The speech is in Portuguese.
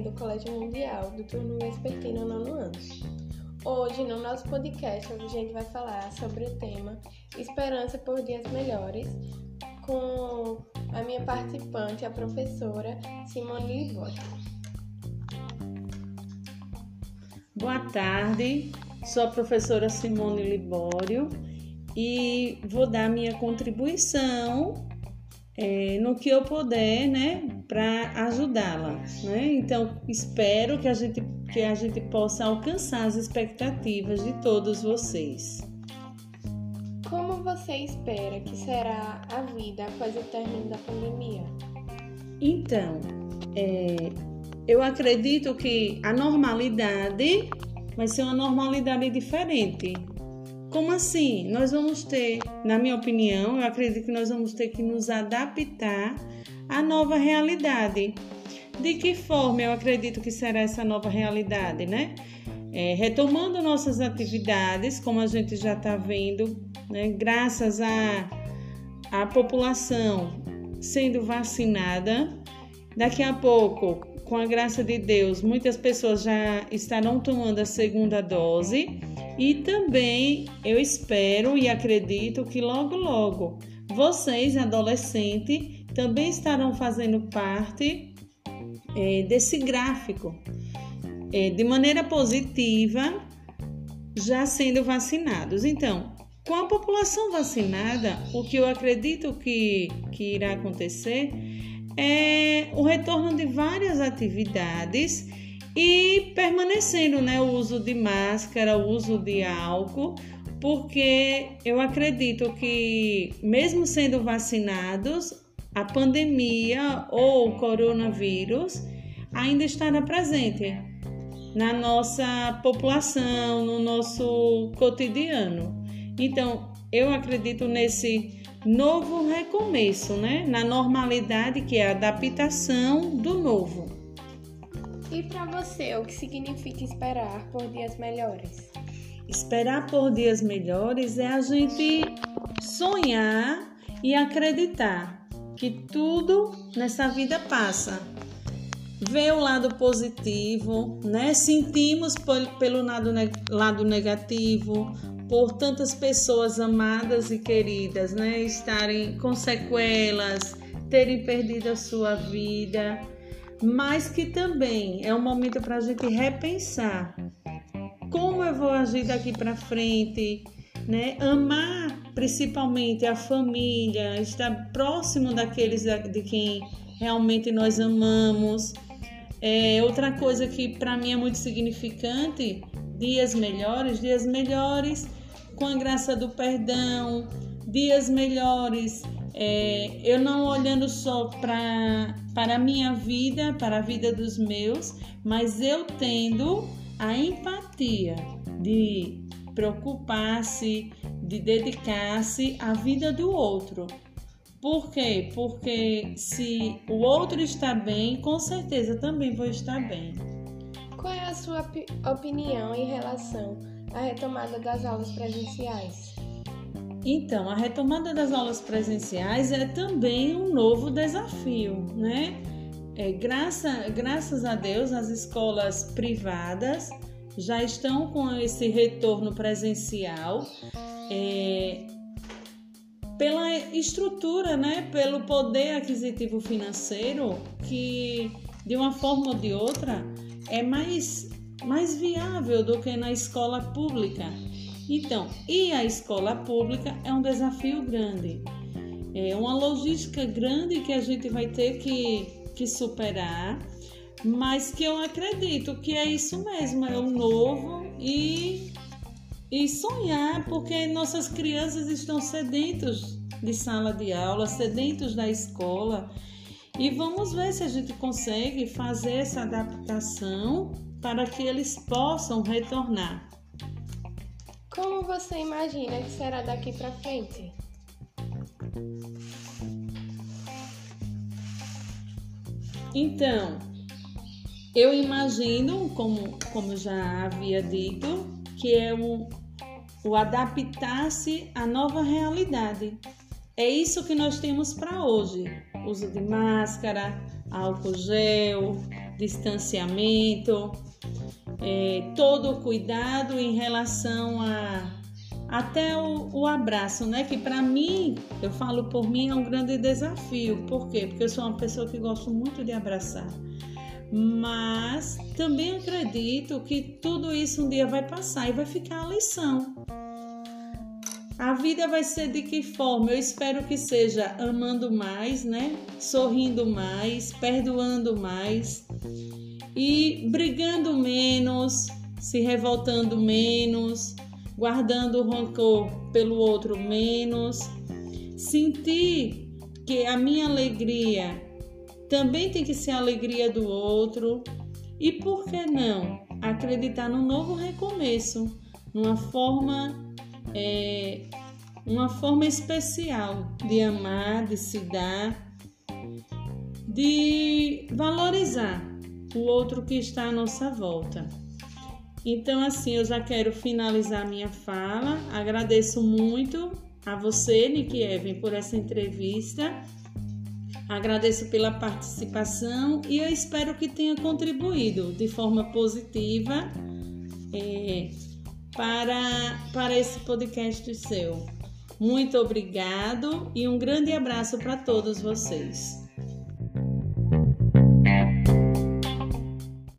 do Colégio Mundial, do turno vespertino 9º ano. Hoje, no nosso podcast, a gente vai falar sobre o tema Esperança por Dias Melhores, com a minha participante, a professora Simone Libório. Boa tarde, sou a professora Simone Libório e vou dar minha contribuição no que eu puder, para ajudá-la, Então, espero que a gente possa alcançar as expectativas de todos vocês. Como você espera que será a vida após o término da pandemia? Então, eu acredito que a normalidade vai ser uma normalidade diferente. Como assim? Nós vamos ter, na minha opinião, eu acredito que nós vamos ter que nos adaptar à nova realidade. De que forma eu acredito que será essa nova realidade, retomando nossas atividades, como a gente já está vendo, graças à população sendo vacinada. Daqui a pouco, com a graça de Deus, muitas pessoas já estarão tomando a segunda dose e também eu espero e acredito que logo vocês, adolescentes, também estarão fazendo parte desse gráfico, de maneira positiva, já sendo vacinados. Então, com a população vacinada, o que eu acredito que irá acontecer é o retorno de várias atividades e permanecendo, o uso de máscara, o uso de álcool, porque eu acredito que, mesmo sendo vacinados, a pandemia ou o coronavírus ainda estará presente na nossa população, no nosso cotidiano. Então, eu acredito nesse novo recomeço, na normalidade, que é a adaptação do novo. E para você, o que significa esperar por dias melhores? Esperar por dias melhores é a gente sonhar e acreditar que tudo nessa vida passa. Ver o lado positivo, Sentimos pelo lado negativo, por tantas pessoas amadas e queridas, estarem com sequelas, terem perdido a sua vida, mas que também é um momento para a gente repensar como eu vou agir daqui para frente, Amar principalmente a família, estar próximo daqueles de quem realmente nós amamos. Outra coisa que para mim é muito significante, dias melhores com a graça do perdão, dias melhores, eu não olhando só para a minha vida, para a vida dos meus, mas eu tendo a empatia de preocupar-se, de dedicar-se à vida do outro. Por quê? Porque se o outro está bem, com certeza também vou estar bem. Qual é a sua opinião em relação à retomada das aulas presenciais? Então, a retomada das aulas presenciais é também um novo desafio, Graças a Deus, as escolas privadas já estão com esse retorno presencial, pela estrutura, pelo poder aquisitivo financeiro, que de uma forma ou de outra é mais viável do que na escola pública. Então, e a escola pública é um desafio grande, é uma logística grande que a gente vai ter que superar, mas que eu acredito que é isso mesmo, é o novo e sonhar, porque nossas crianças estão sedentos de sala de aula, sedentos da escola, e vamos ver se a gente consegue fazer essa adaptação para que eles possam retornar. Como você imagina que será daqui para frente? Então, eu imagino, como já havia dito, que é o adaptar-se à nova realidade. É isso que nós temos para hoje. Uso de máscara, álcool gel, distanciamento, todo o cuidado em relação até o abraço, né? Que para mim, eu falo por mim, é um grande desafio. Por quê? Porque eu sou uma pessoa que gosto muito de abraçar. Mas também acredito que tudo isso um dia vai passar e vai ficar a lição. A vida vai ser de que forma? Eu espero que seja amando mais, né? Sorrindo mais, perdoando mais e brigando menos, se revoltando menos, guardando rancor pelo outro menos. Sentir que a minha alegria também tem que ser a alegria do outro. E por que não? Acreditar num novo recomeço, uma forma especial de amar, de se dar, de valorizar o outro que está à nossa volta. Então, assim, eu já quero finalizar minha fala. Agradeço muito a você, Nick Even, por essa entrevista. Agradeço pela participação e eu espero que tenha contribuído de forma positiva para esse podcast seu. Muito obrigado e um grande abraço para todos vocês.